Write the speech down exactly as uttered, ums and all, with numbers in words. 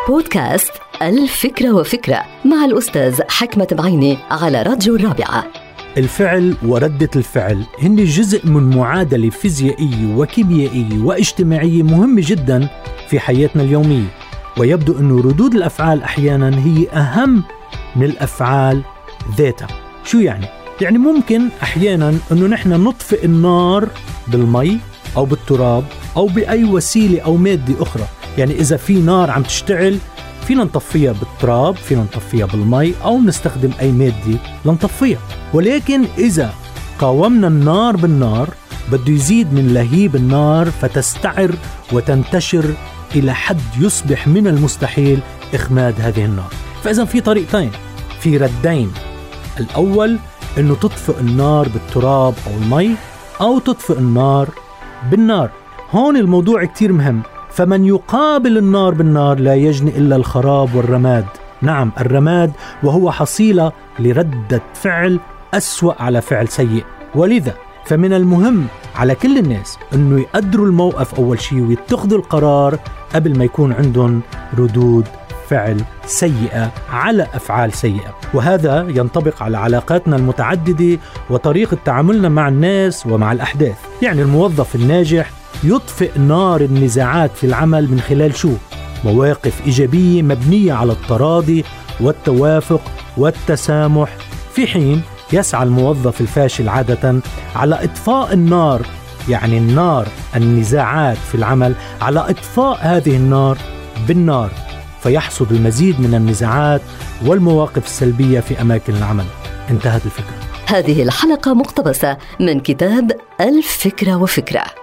بودكاست الفكرة وفكرة مع الأستاذ حكمة بعيني على راديو الرابعة. الفعل وردة الفعل هن جزء من معادلة فيزيائية وكيميائية واجتماعية مهمة جدا في حياتنا اليومية، ويبدو أن ردود الأفعال أحيانا هي أهم من الأفعال ذاتها. شو يعني؟ يعني ممكن أحيانا أنه نحن نطفئ النار بالمي أو بالتراب أو بأي وسيلة أو مادة أخرى. يعني إذا في نار عم تشتعل فينا نطفيها بالتراب، فينا نطفيها بالمي، أو نستخدم أي مادة لنطفيها. ولكن إذا قاومنا النار بالنار بده يزيد من لهيب النار فتستعر وتنتشر إلى حد يصبح من المستحيل إخماد هذه النار. فإذا في طريقتين، في ردين. الأول أنه تطفئ النار بالتراب أو المي، أو تطفئ النار بالنار. هون الموضوع كتير مهم. فمن يقابل النار بالنار لا يجني إلا الخراب والرماد. نعم، الرماد، وهو حصيلة لردة فعل أسوأ على فعل سيء. ولذا فمن المهم على كل الناس أنه يقدروا الموقف أول شيء ويتخذوا القرار قبل ما يكون عندهم ردود فعل سيئة على أفعال سيئة. وهذا ينطبق على علاقاتنا المتعددة وطريقة تعاملنا مع الناس ومع الأحداث. يعني الموظف الناجح يطفئ نار النزاعات في العمل من خلال شو؟ مواقف إيجابية مبنية على التراضي والتوافق والتسامح، في حين يسعى الموظف الفاشل عادة على إطفاء النار، يعني النار النزاعات في العمل، على إطفاء هذه النار بالنار، فيحصد المزيد من النزاعات والمواقف السلبية في أماكن العمل. انتهت الفكرة. هذه الحلقة مقتبسة من كتاب الفكرة وفكرة.